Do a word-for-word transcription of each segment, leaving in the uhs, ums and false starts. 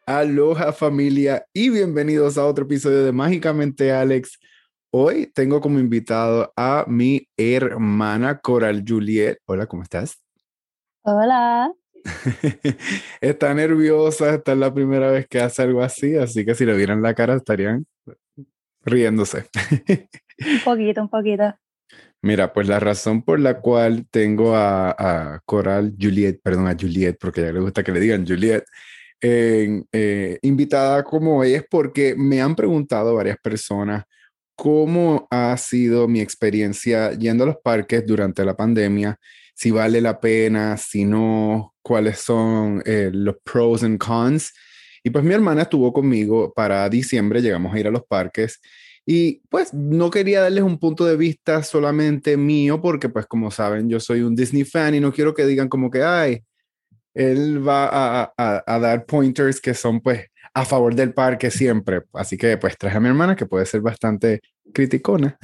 Aloha familia y bienvenidos a otro episodio de Mágicamente Alex. Hoy tengo como invitado a mi hermana Coral Juliet. Hola, ¿cómo estás? Hola, Está nerviosa, esta es la primera vez que hace algo así, así que si le vieran la cara estarían riéndose. un poquito, un poquito. Mira, pues la razón por la cual tengo a, a Coral Juliet, perdón, a Juliet, porque a ella le gusta que le digan Juliet, eh, eh, invitada como hoy es porque me han preguntado varias personas cómo ha sido mi experiencia yendo a los parques durante la pandemia, si vale la pena, si no, cuáles son eh, los pros and cons. Y pues mi hermana estuvo conmigo para diciembre, llegamos a ir a los parques. Y pues no quería darles un punto de vista solamente mío, porque pues como saben, yo soy un Disney fan y no quiero que digan como que, ay, él va a, a, a dar pointers que son pues a favor del parque siempre. Así que pues traje a mi hermana que puede ser bastante criticona.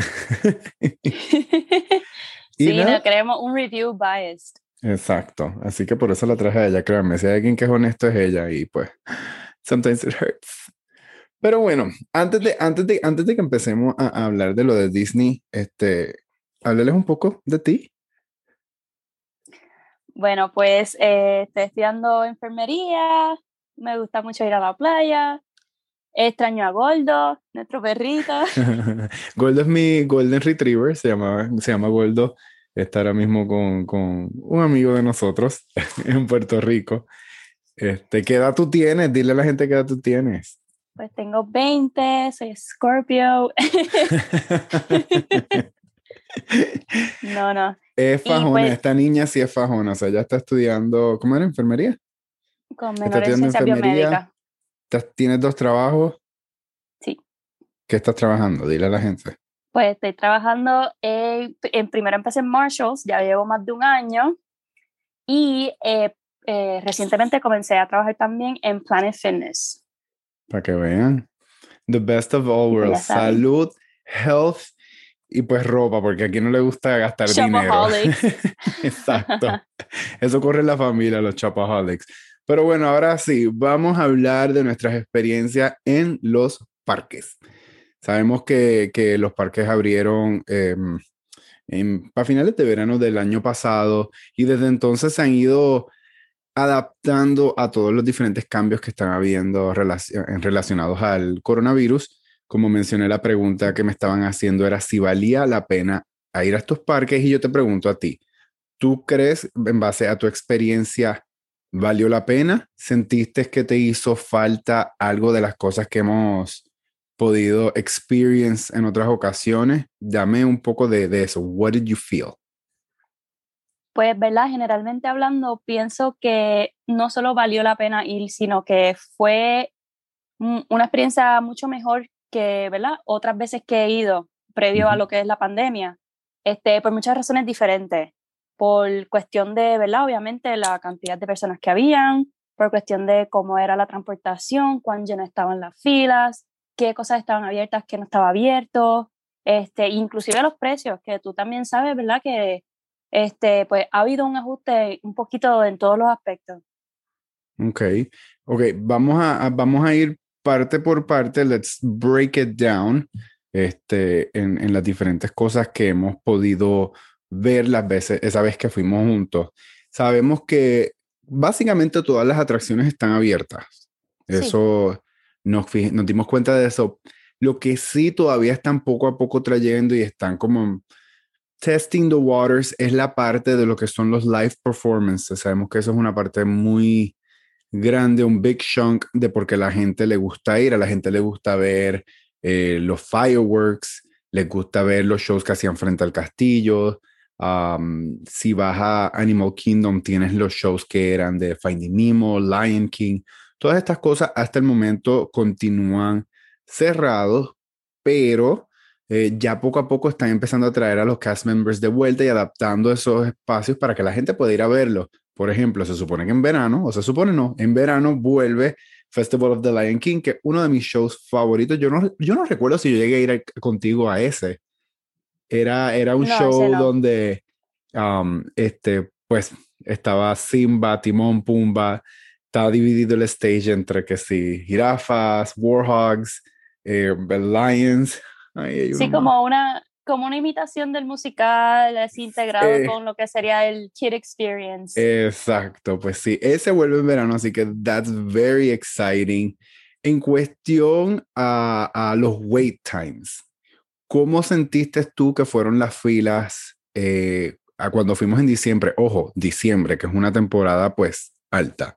Y Sí, no nada, queremos un review biased. exacto. Así que por eso la traje a ella, créanme. Si hay alguien que es honesto es ella y pues sometimes it hurts. Pero bueno, antes de, antes de, antes de que empecemos a, a hablar de lo de Disney, este, háblales un poco de ti. Bueno, pues eh, estoy estudiando enfermería, me gusta mucho ir a la playa, extraño a Gordo, nuestro perrito. Goldo es mi Golden Retriever, se llama, se llama Goldo. Está ahora mismo con, con un amigo de nosotros en Puerto Rico. Este, ¿qué edad tú tienes? Dile a la gente qué edad tú tienes. Pues tengo veinte, soy Scorpio. No, no. Es Y fajona, pues esta niña sí es fajona, o sea, ya está estudiando, ¿cómo era? ¿Enfermería? con Está menor en estudiando ciencias enfermería, biomédicas. estás- tienes dos trabajos, Sí. ¿qué estás trabajando? Dile a la gente. Pues estoy trabajando, en, en primero empecé en Marshalls, ya llevo más de un año. Y eh, eh, recientemente comencé a trabajar también en Planet Fitness. Para que vean. The best of all Y pues worlds. ya saben. Salud, health y pues ropa, porque aquí no le gusta gastar dinero. Shopaholics. Exacto. Eso corre en la familia, los Chopaholics. Pero bueno, ahora sí, vamos a hablar de nuestras experiencias en los parques. Sabemos que, que los parques abrieron eh, en, a finales de verano del año pasado y desde entonces se han ido adaptando a todos los diferentes cambios que están habiendo relacion relacionados al coronavirus. Como mencioné, la pregunta que me estaban haciendo era si valía la pena a ir a estos parques y yo te pregunto a ti, ¿tú crees, en base a tu experiencia, valió la pena? ¿Sentiste que te hizo falta algo de las cosas que hemos podido experience en otras ocasiones? Dame un poco de, de eso. What did you feel? Pues, ¿verdad? Generalmente hablando, pienso que no solo valió la pena ir, sino que fue mm, una experiencia mucho mejor que, ¿verdad? Otras veces que he ido previo a Ujú. lo que es la pandemia, este, por muchas razones diferentes. Por cuestión de, ¿verdad? Obviamente la cantidad de personas que habían, por cuestión de cómo era la transportación, cuán llenas estaban las filas, qué cosas estaban abiertas, qué no estaba abierto, este, inclusive los precios, que tú también sabes, ¿verdad? Que este, pues ha habido un ajuste un poquito en todos los aspectos. Ok, ok, vamos a, a- vamos a ir parte por parte, let's break it down, este, en, en las diferentes cosas que hemos podido ver las veces, esa vez que fuimos juntos. Sabemos que básicamente todas las atracciones están abiertas. Sí, Eso nos, fij- nos dimos cuenta de eso. Lo que sí todavía están poco a poco trayendo y están como testing the waters es la parte de lo que son los live performances. Sabemos que eso es una parte muy grande, un big chunk de porque a la gente le gusta ir, a la gente le gusta ver eh, los fireworks, les gusta ver los shows que hacían frente al castillo. Um, si vas a Animal Kingdom, tienes los shows que eran de Finding Nemo, Lion King. Todas estas cosas hasta el momento continúan cerrados, pero eh, ya poco a poco están empezando a traer a los cast members de vuelta y adaptando esos espacios para que la gente pueda ir a verlos. Por ejemplo, se supone que en verano, o se supone no, en verano vuelve Festival of the Lion King, que es uno de mis shows favoritos. Yo no, yo no recuerdo si yo llegué a ir a- contigo a ese. Era, era un no, ese show no. donde um, este, pues, estaba Simba, Timón, Pumba, Está dividido el stage entre que sí, jirafas, warhogs, eh, lions. Ay, hay uno Sí, más. como una, como una imitación del musical, así integrado Eh, con lo que sería el Kid Experience. exacto, pues sí, ese vuelve en verano, así que that's very exciting. En cuestión a, a los wait times, ¿cómo sentiste tú que fueron las filas eh, a cuando fuimos en diciembre? Ojo, diciembre, que es una temporada pues alta.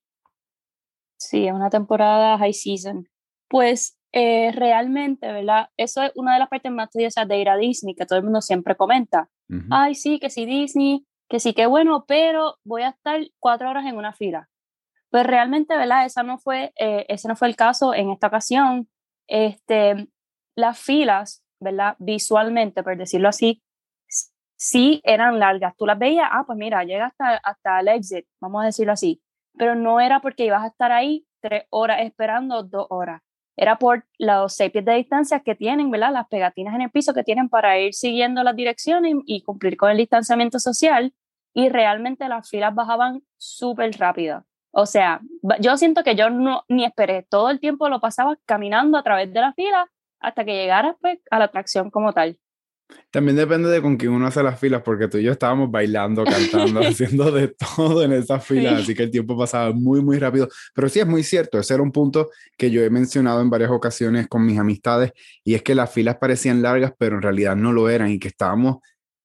Sí, es una temporada high season. Pues eh, realmente, ¿verdad? Eso es una de las partes más tediosas de ir a Disney, que todo el mundo siempre comenta. Ujú. Ay, sí, que sí Disney, que sí, que bueno, pero voy a estar cuatro horas en una fila. Pues realmente, ¿verdad? Esa no fue, eh, ese no fue el caso en esta ocasión. Este, las filas, ¿verdad? Visualmente, por decirlo así, s- sí eran largas. Tú las veías, ah, pues mira, llega hasta, hasta el exit, vamos a decirlo así. Pero no era porque ibas a estar ahí tres horas esperando dos horas. Era por los seis pies de distancia que tienen, ¿verdad? Las pegatinas en el piso que tienen para ir siguiendo las direcciones y cumplir con el distanciamiento social. Y realmente las filas bajaban súper rápido. O sea, yo siento que yo no ni esperé, todo el tiempo lo pasaba caminando a través de la fila hasta que llegara pues, a la atracción como tal. También depende de con quién uno hace las filas, porque tú y yo estábamos bailando, cantando, haciendo de todo en esas filas, así Sí, que el tiempo pasaba muy, muy rápido. Pero sí es muy cierto, ese era un punto que yo he mencionado en varias ocasiones con mis amistades, y es que las filas parecían largas, pero en realidad no lo eran, y que estábamos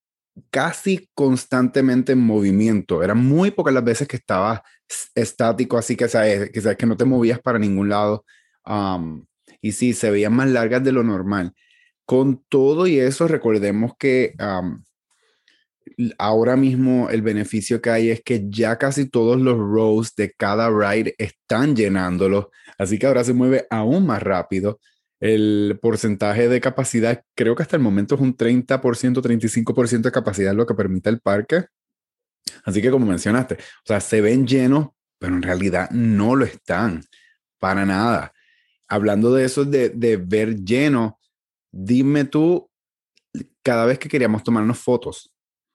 casi constantemente en movimiento. Eran muy pocas las veces que estabas estático, así que sabes que, sabes que no te movías para ningún lado. Um, y sí, se veían más largas de lo normal. Con todo y eso, recordemos que um, ahora mismo el beneficio que hay es que ya casi todos los rows de cada ride están llenándolo, así que ahora se mueve aún más rápido. El porcentaje de capacidad, creo que hasta el momento es un treinta por ciento, treinta y cinco por ciento de capacidad lo que permite el parque. Así que como mencionaste, o sea, se ven llenos, pero en realidad no lo están para nada. Hablando de eso, de, de ver lleno, dime tú, cada vez que queríamos tomarnos fotos,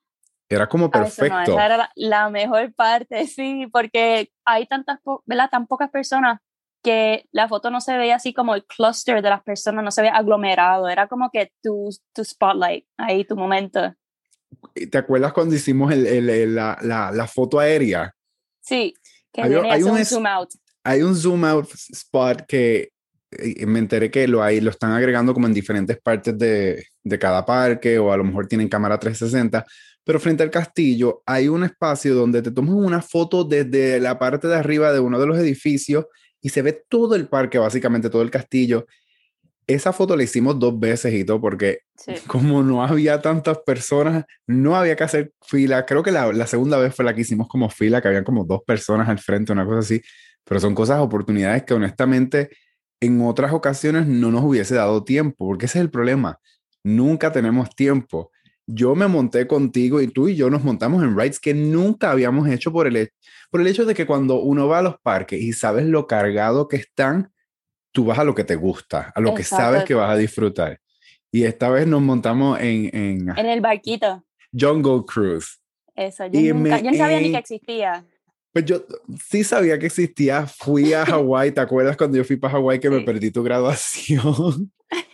era como a eso no, esa perfecto. era la, la mejor parte, sí, porque hay tantas, po- ¿verdad? Tan pocas personas que la foto no se veía así como el cluster de las personas, no se veía aglomerado, era como que tu, tu spotlight, ahí tu momento. ¿Te acuerdas cuando hicimos el, el- el- la, la, la foto aérea? Sí, que Hay, viene y hay hace un, un es- zoom out. hay un zoom out spot que eh, me enteré que lo, hay, lo están agregando como en diferentes partes de, de cada parque o a lo mejor tienen cámara trescientos sesenta, pero frente al castillo hay un espacio donde te tomas una foto desde la parte de arriba de uno de los edificios y se ve todo el parque, básicamente todo el castillo. Esa foto la hicimos dos veces y todo, porque Sí. como no había tantas personas, no había que hacer fila. Creo que la, la segunda vez fue la que hicimos como fila, que habían como dos personas al frente, una cosa así. Pero son cosas, oportunidades que honestamente en otras ocasiones no nos hubiese dado tiempo, porque ese es el problema. Nunca tenemos tiempo. Yo me monté contigo y tú y yo nos montamos en rides que nunca habíamos hecho por el, he- por el hecho de que cuando uno va a los parques y sabes lo cargado que están, tú vas a lo que te gusta, a lo que sabes Exacto, que vas a disfrutar. Y esta vez nos montamos en, en en el barquito. Jungle Cruise. Eso, yo Y nunca, me, yo no sabía ni que eh, existía. pues yo sí sabía que existía, fui a Hawái, ¿te acuerdas cuando yo fui para Hawái que me Sí. perdí tu graduación?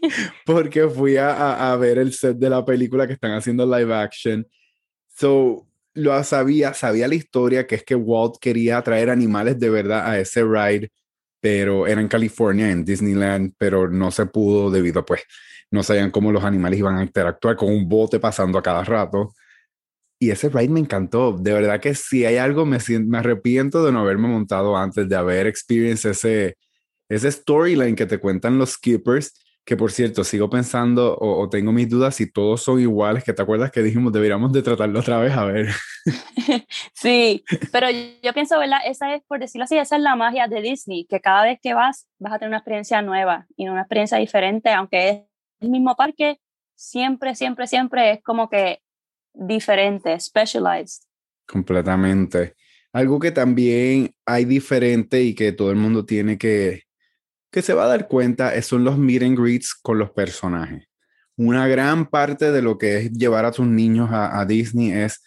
Porque fui a, a, a ver el set de la película que están haciendo live action. So, lo sabía, sabía la historia, que es que Walt quería traer animales de verdad a ese ride, pero era en California, en Disneyland, pero no se pudo debido, pues, no sabían cómo los animales iban a interactuar con un bote pasando a cada rato. Y ese ride me encantó. De verdad que si hay algo, me, sien- me arrepiento de no haberme montado antes, de haber experienciado ese, ese storyline que te cuentan los skippers, que por cierto, sigo pensando o, o tengo mis dudas si todos son iguales, que te acuerdas que dijimos deberíamos de tratarlo otra vez, a ver. Sí, pero yo pienso, ¿verdad? Esa es, por decirlo así, esa es la magia de Disney, que cada vez que vas vas a tener una experiencia nueva y una experiencia diferente, aunque es el mismo parque, siempre, siempre, siempre es como que diferente, specialized. Completamente. Algo que también hay diferente y que todo el mundo tiene que, que se va a dar cuenta es- son los meet and greets con los personajes. Una gran parte de lo que es llevar a tus niños a, a Disney es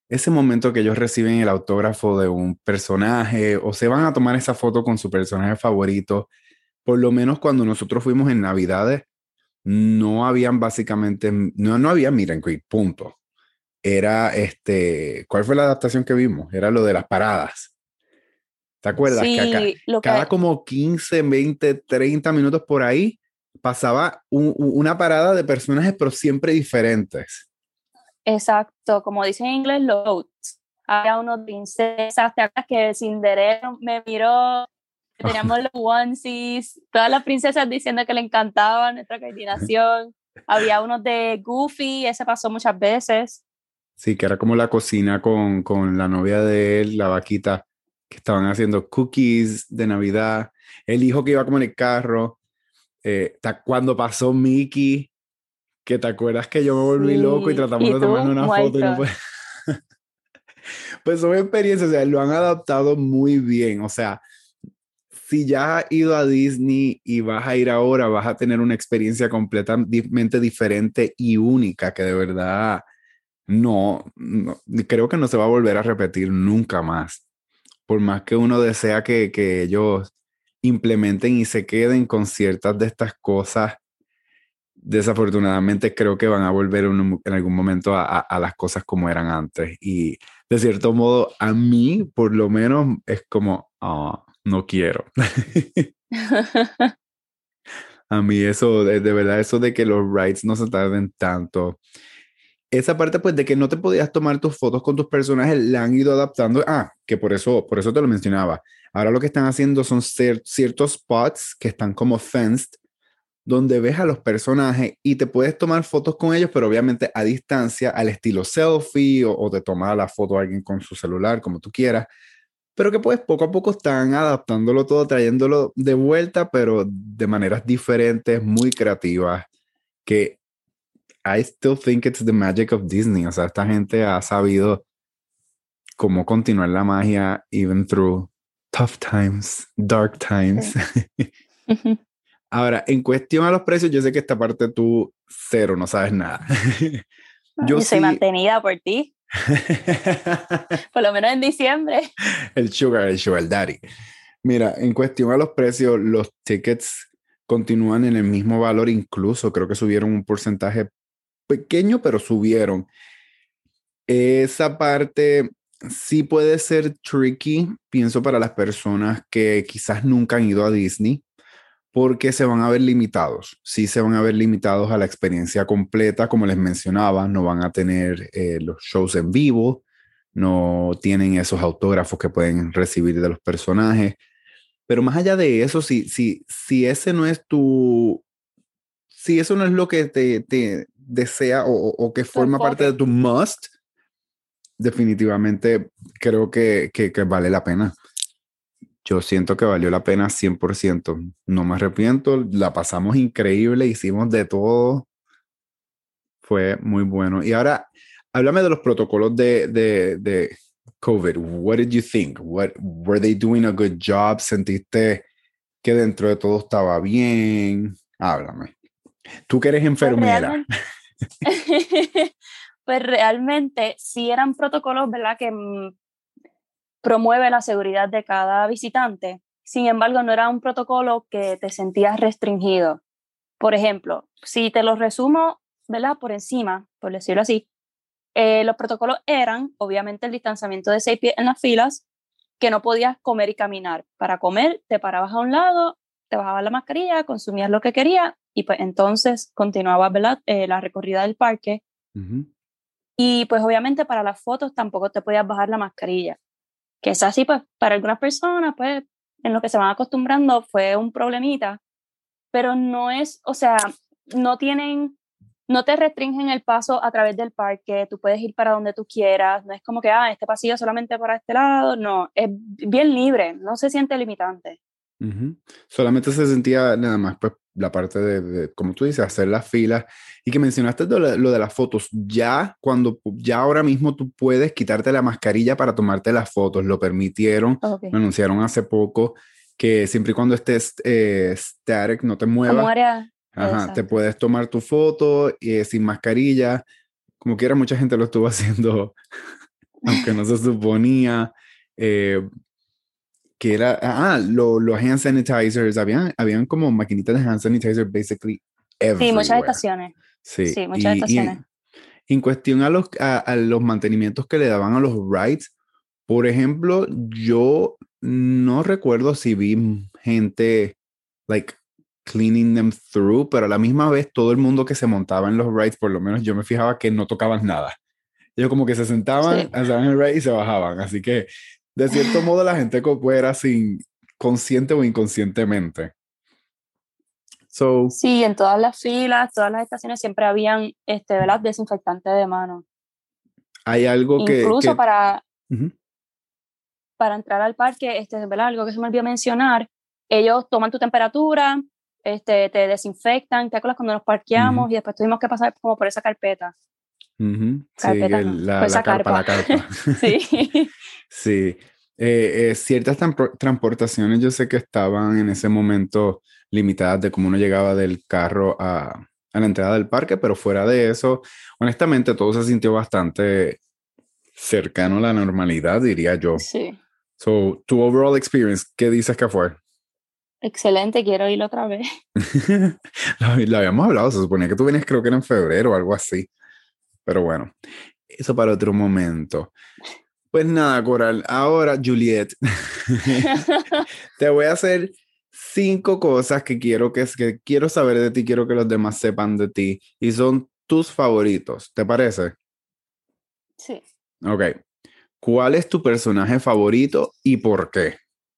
ese momento que ellos reciben el autógrafo de un personaje o se van a tomar esa foto con su personaje favorito. Por lo menos cuando nosotros fuimos en Navidades, no habían básicamente, no, no había meet and greet, punto. Era este, ¿cuál fue la adaptación que vimos? Era lo de las paradas. ¿Te acuerdas que acá, Sí, lo cada que, como quince, veinte, treinta minutos por ahí, pasaba un- un- una parada de personajes, pero siempre diferentes? exacto, como dicen en inglés, los goats. Había unos princesas, ¿te acuerdas que Cinderella me miró? Que teníamos los onesies, todas las princesas diciendo que le encantaba nuestra coordinación. Había unos de Goofy, ese pasó muchas veces. Sí, que era como la cocina con, con la novia de él, la vaquita, que estaban haciendo cookies de Navidad. El hijo que iba como en el carro. Eh, ta- cuando pasó Mickey, que te acuerdas que yo me volví loco y Sí, tratamos y de tomarnos tú una foto y no muerto. fue. Pues son experiencias, o sea, lo han adaptado muy bien. O sea, si ya has ido a Disney y vas a ir ahora, vas a tener una experiencia completamente diferente y única que de verdad no, no, creo que no se va a volver a repetir nunca más. Por más que uno desea que, que ellos implementen y se queden con ciertas de estas cosas, desafortunadamente creo que van a volver un- en algún momento a, a- a las cosas como eran antes. Y de cierto modo, a mí, por lo menos, es como, "Ah, no quiero". A mí eso, de, de verdad, eso de que los rides no se tarden tanto. Esa parte, pues, de que no te podías tomar tus fotos con tus personajes, la han ido adaptando. Ah, que por eso, por eso te lo mencionaba. Ahora lo que están haciendo son cier- ciertos spots que están como fenced, donde ves a los personajes y te puedes tomar fotos con ellos, pero obviamente a distancia, al estilo selfie, o, o te toma la foto a alguien con su celular, como tú quieras, pero que pues poco a poco están adaptándolo todo, trayéndolo de vuelta, pero de maneras diferentes, muy creativas, que I still think it's the magic of Disney. O sea, esta gente ha sabido cómo continuar la magia even through tough times, dark times. Sí. Ahora, en cuestión a los precios, yo sé que esta parte tú cero, no sabes nada. Yo Yo soy sí. mantenida por ti, por lo menos en diciembre. El sugar, el sugar daddy. Mira, en cuestión a los precios, los tickets continúan en el mismo valor, incluso creo que subieron un porcentaje pequeño, pero subieron. Esa parte sí puede ser tricky, pienso, para las personas que quizás nunca han ido a Disney, porque se van a ver limitados. Sí se van a ver limitados a la experiencia completa, como les mencionaba, no van a tener eh, los shows en vivo, no tienen esos autógrafos que pueden recibir de los personajes. Pero más allá de eso, si, si, si ese no es tu, si eso no es lo que te, te desea o, o o que Tu forma parte de enfoque. tu must, definitivamente creo que, que, que vale la pena. Yo siento que valió la pena cien por ciento. No me arrepiento, la pasamos increíble, hicimos de todo, fue muy bueno. Y ahora, háblame de los protocolos de, de, de COVID. What did you think? What, were they doing a good job? ¿Sentiste que dentro de todo estaba bien? Háblame. Tú que eres Pues enfermera. realmente, pues realmente sí eran protocolos, ¿verdad? Que mm, promueve la seguridad de cada visitante. Sin embargo, no era un protocolo que te sentías restringido. Por ejemplo, si te lo resumo, ¿verdad? Por encima, por decirlo así, eh, los protocolos eran, obviamente, el distanciamiento de seis pies en las filas, que no podías comer y caminar. Para comer, te parabas a un lado, te bajabas la mascarilla, consumías lo que querías y pues entonces continuabas, ¿verdad? Eh, la recorrida del parque. Ujú. Y pues obviamente para las fotos tampoco te podías bajar la mascarilla, que es así, pues para algunas personas, pues en lo que se van acostumbrando fue un problemita, pero no es, o sea, no tienen, no te restringen el paso a través del parque, tú puedes ir para donde tú quieras, no es como que, ah, este pasillo solamente para este lado, no, es bien libre, no se siente limitante. Ujú. Solamente se sentía nada más, pues, la parte de, de, como tú dices, hacer las filas. Y que mencionaste lo, de lo de las fotos. Ya cuando, ya ahora mismo tú puedes quitarte la mascarilla para tomarte las fotos. Lo permitieron, lo Ok. anunciaron hace poco, que siempre y cuando estés eh, static, no te Como muevas, área, ajá, te exacto. puedes tomar tu foto eh, sin mascarilla. Como quiera, mucha gente lo estuvo haciendo aunque no se suponía. Eh, que era, ah, lo- los hand sanitizers, habían, habían como maquinitas de hand sanitizer basically Sí, muchas everywhere. estaciones. Sí, Sí, muchas y, y estaciones. en, en cuestión a los, a, a los mantenimientos que le daban a los rides, por ejemplo, yo no recuerdo si vi gente, like, cleaning them through, pero a la misma vez todo el mundo que se montaba en los rides, por lo menos yo me fijaba que no tocaban nada. Ellos como que se sentaban, Sí. hacían el ride y se bajaban. Así que, de cierto modo, la gente coopera sin consciente o inconscientemente. So, Sí, en todas las filas, todas las estaciones siempre habían, este, ¿verdad? Desinfectante de mano. hay algo que, Incluso que para, uh-huh. para entrar al parque, este, ¿verdad? Algo que se me olvidó mencionar, ellos toman tu temperatura, este, te desinfectan, ¿te acuerdas cuando nos Uh-huh. parqueamos y después tuvimos que pasar como por esa carpeta? Uh-huh. Sí, Carpeta no, el- la, por la esa carpa, la carpa. carpa. Sí. Sí. Eh, eh, ciertas tran- transportaciones yo sé que estaban en ese momento limitadas de cómo uno llegaba del carro a, a la entrada del parque, pero fuera de eso, honestamente todo se sintió bastante cercano a la normalidad, diría yo. Sí. So, tu overall experience, ¿qué dices que fue? Excelente, quiero ir otra vez. Lo, lo habíamos hablado, se suponía que tú venías, creo que era en febrero o algo así. Pero bueno, eso para otro momento. Pues nada, Coral. Ahora, Juliet, te voy a hacer cinco cosas que quiero que, que quiero saber de ti, quiero que los demás sepan de ti y son tus favoritos. ¿Te parece? Sí. Ok. ¿Cuál es tu personaje favorito y por qué?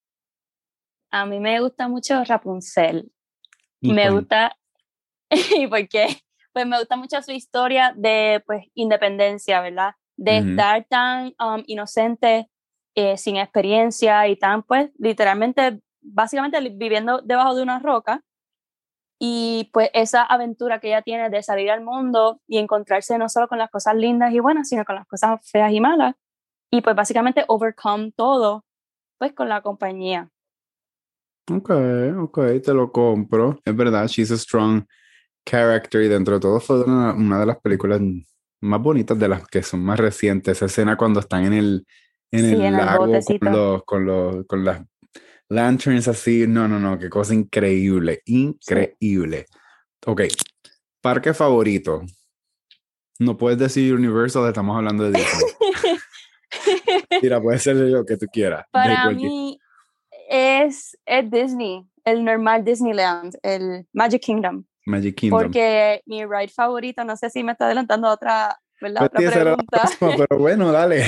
A mí me gusta mucho Rapunzel. ¿Y Me por gusta, ¿y por qué? Pues me gusta mucho su historia de pues independencia, ¿verdad? De Ujú. estar tan um, inocente, eh, sin experiencia y tan pues literalmente, básicamente viviendo debajo de una roca. Y pues esa aventura que ella tiene de salir al mundo y encontrarse no solo con las cosas lindas y buenas, sino con las cosas feas y malas. Y pues básicamente overcome todo, pues con la compañía. Ok, ok, te lo compro. Es verdad, she's a strong character y dentro de todo fue una, una de las películas más bonitas de las que son más recientes. Esa escena cuando están en el, en Sí, el en el lago con botecito. los, con los, con las lanterns así. No, no, no, qué cosa increíble, Sí. increíble. Ok, parque favorito. No puedes decir Universal, estamos hablando de Disney. Mira, puede ser lo que tú quieras, de Para cualquier mí es, es Disney, el normal Disneyland, el Magic Kingdom, Magic Kingdom. porque mi ride favorito, no sé si me está adelantando a otra, ¿verdad? Pues Otra sí, esa era la pregunta. próxima, pero bueno, dale.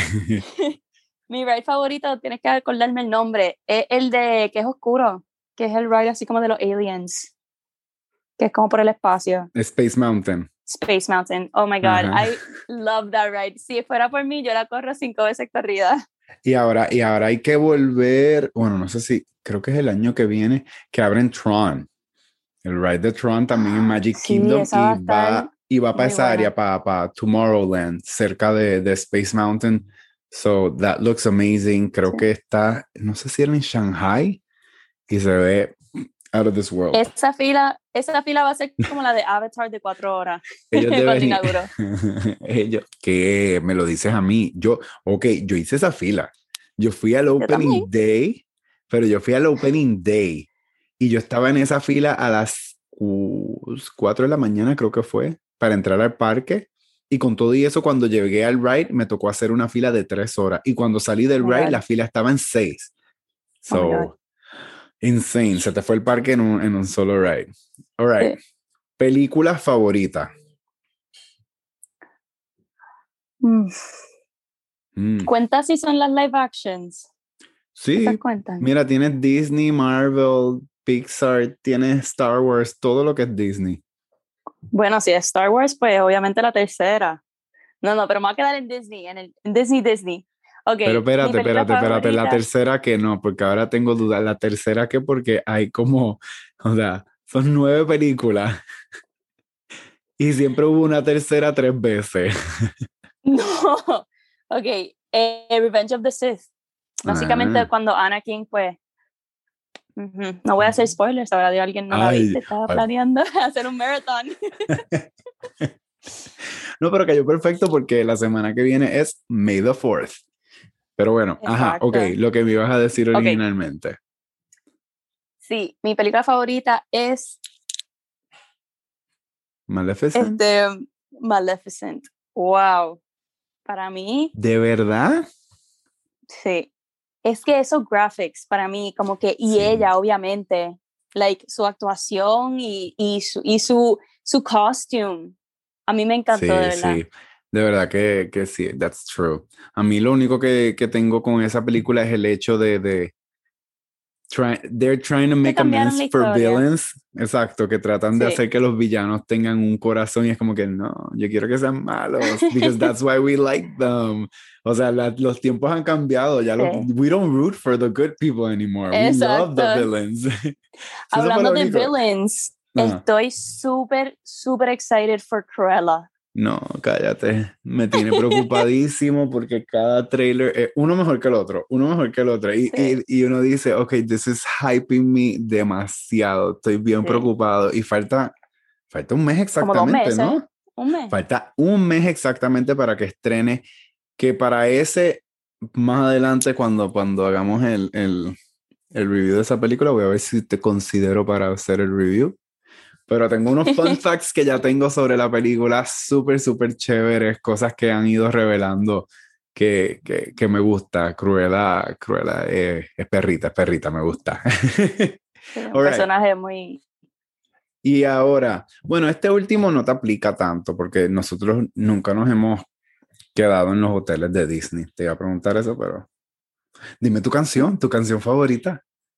Mi ride favorito, tienes que acordarme el nombre, es el de que es oscuro, que es el ride así como de los aliens, que es como por el espacio. Space Mountain. Space Mountain, oh my God, Ajá. I love that ride. Si fuera por mí, yo la corro cinco veces corrida. Y ahora, y ahora hay que volver, bueno, no sé si, creo que es el año que viene, que abren Tron. El ride de Tron también en Magic Sí, Kingdom esa va y a estar va, y va para muy esa área, buena. para Tomorrowland, cerca de, de Space Mountain. So that looks amazing. Creo Sí. que está, no sé si era en Shanghai y se ve out of this world. Esa fila, esa fila va a ser como la de Avatar de cuatro horas Ellos cuando deberían, inauguró. ellos, que me lo dices a mí. Yo, ok, yo hice esa fila. Yo fui al Yo también. opening day, pero yo fui al opening day y yo estaba en esa fila a las cuatro de la mañana, creo que fue, para entrar al parque. Y con todo y eso, cuando llegué al ride, me tocó hacer una fila de tres horas. Y cuando salí del Oh my ride, God. la fila estaba en seis. Oh my God. So, insane. Se te fue el parque en un, en un solo ride. All right. Sí. Película favorita. Mm. Mm. ¿Cuenta si son las live actions? ¿Esas Sí, cuentan? mira, tienes Disney, Marvel, Pixar, tienes Star Wars, todo lo que es Disney. Bueno, si es Star Wars, pues obviamente la tercera. No, no, pero me voy a quedar en Disney, en el en Disney, Disney. Ok, Pero mi espérate, película espérate, espérate, la favorita. tercera que no, porque ahora tengo dudas. La tercera que porque hay como, o sea, son nueve películas y siempre hubo una tercera tres veces. No. Ok, eh, Revenge of the Sith. Básicamente Ah. cuando Anakin, pues, ujú, no voy a hacer spoilers, ahora de alguien no la Ay, viste, estaba ay. planeando hacer un marathon. No, pero cayó perfecto porque la semana que viene es May the fourth. Pero bueno, Exacto. ajá, ok, lo que me ibas a decir originalmente. Okay. Sí, mi película favorita es Maleficent. Este, Maleficent. Wow. Para mí. ¿De verdad? Sí. Es que esos graphics, para mí, como que, y sí. ella, obviamente, like, su actuación y, y, su, y su, su costume. A mí me encantó, sí, de verdad. Sí, de verdad que, que sí, that's true. A mí lo único que, que tengo con esa película es el hecho de, de try, they're trying to make amends for villains. Exacto, que tratan sí. de hacer que los villanos tengan un corazón y es como que no, yo quiero que sean malos, because that's why we like them. O sea, la, los tiempos han cambiado, ya sí. los, we don't root for the good people anymore. Exacto. We love the villains. Hablando de villains, uh-huh. estoy súper, súper excited for Cruella. No, cállate. Me tiene preocupadísimo porque cada trailer es uno mejor que el otro, uno mejor que el otro. Y, sí. y, y uno dice, ok, this is hyping me demasiado. Estoy bien sí. preocupado. Y falta, falta un mes exactamente, Como dos meses, ¿no? Un mes. Falta un mes exactamente para que estrene. Que para ese, más adelante, cuando, cuando hagamos el, el, el review de esa película, voy a ver si te considero para hacer el review. Pero tengo unos fun facts que ya tengo sobre la película, súper, súper chéveres, cosas que han ido revelando que, que, que me gusta. Cruella, Cruella eh, es perrita, es perrita, me gusta. Sí, un right. personaje muy... Y ahora, bueno, este último no te aplica tanto, porque nosotros nunca nos hemos quedado en los hoteles de Disney. Te iba a preguntar eso, pero... Dime tu canción, tu canción favorita.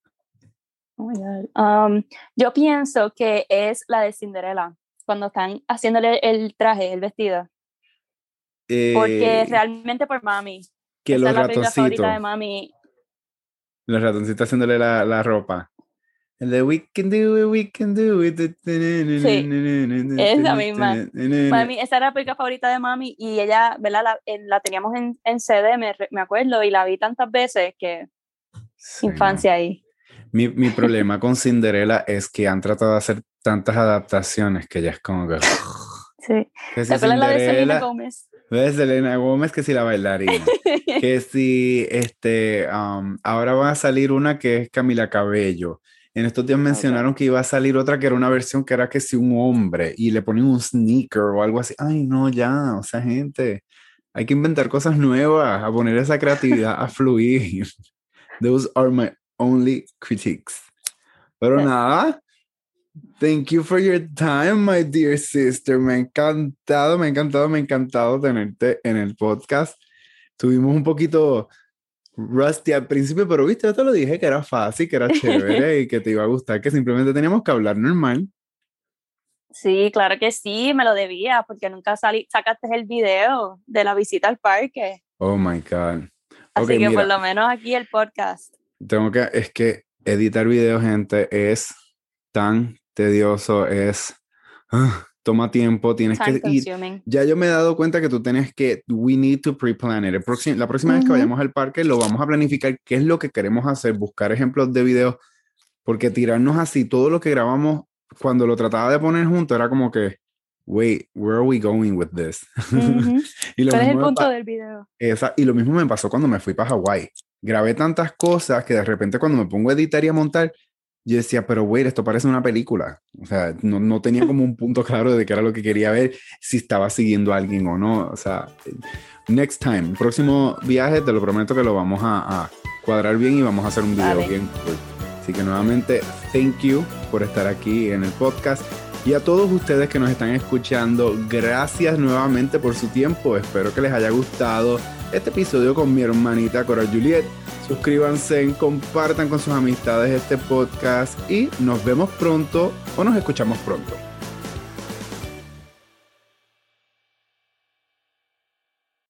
Oh my God. Um, yo pienso que es la de Cinderella, cuando están haciéndole el traje, el vestido. Eh, Porque realmente por mami. Que Esa los es la película favorita ratoncitos. de mami. Los ratoncitos haciéndole la, la ropa. El de We Can Do It, We Can Do It. Sí, esa misma. Mami, esa era la película favorita de mami y ella, ¿verdad? La, la teníamos en, en C D, me, me acuerdo, y la vi tantas veces que sí, infancia no. ahí. Mi, mi problema con Cinderella es que han tratado de hacer tantas adaptaciones que ya es como que... Sí. Que si ¿Te acuerdas la de Selena Gómez? ¿Ves? Selena Gómez, que si la bailarina. Que si, este, um, ahora va a salir una que es Camila Cabello. En estos días mencionaron okay. que iba a salir otra que era una versión que era que si un hombre y le ponen un sneaker o algo así. Ay, no, ya, o sea, gente, hay que inventar cosas nuevas, a poner esa creatividad a fluir. Those are my only critiques. Pero yes. nada, thank you for your time, my dear sister. Me ha encantado, me ha encantado, me ha encantado tenerte en el podcast. Tuvimos un poquito rusty al principio, pero viste, yo te lo dije que era fácil, que era chévere y que te iba a gustar, que simplemente teníamos que hablar normal. Sí, claro que sí, me lo debía, porque nunca salí, sacaste el video de la visita al parque. Oh my God. Así okay, que mira, por lo menos aquí el podcast. Tengo que, es que editar videos, gente, es tan tedioso, es, uh, toma tiempo, tienes Time que ir. consuming. Ya yo me he dado cuenta que tú tienes que, we need to pre-plan it. El próximo, la próxima uh-huh. vez que vayamos al parque, lo vamos a planificar, qué es lo que queremos hacer, buscar ejemplos de videos, porque tirarnos así, todo lo que grabamos, cuando lo trataba de poner junto, era como que, wait, where are we going with this? Uh-huh. y lo ¿Cuál es el mismo punto pa- del video? Esa, y lo mismo me pasó cuando me fui para Hawái. Grabé tantas cosas que de repente cuando me pongo a editar y a montar, yo decía, pero wait, esto parece una película. O sea, no, no tenía como un punto claro de qué era lo que quería ver, si estaba siguiendo a alguien o no. O sea, next time, próximo viaje, te lo prometo que lo vamos a, a cuadrar bien y vamos a hacer un video vale. bien cool. Así que nuevamente, thank you por estar aquí en el podcast. Y a todos ustedes que nos están escuchando, gracias nuevamente por su tiempo. Espero que les haya gustado este episodio con mi hermanita Cora Juliet. Suscríbanse, compartan con sus amistades este podcast y nos vemos pronto o nos escuchamos pronto.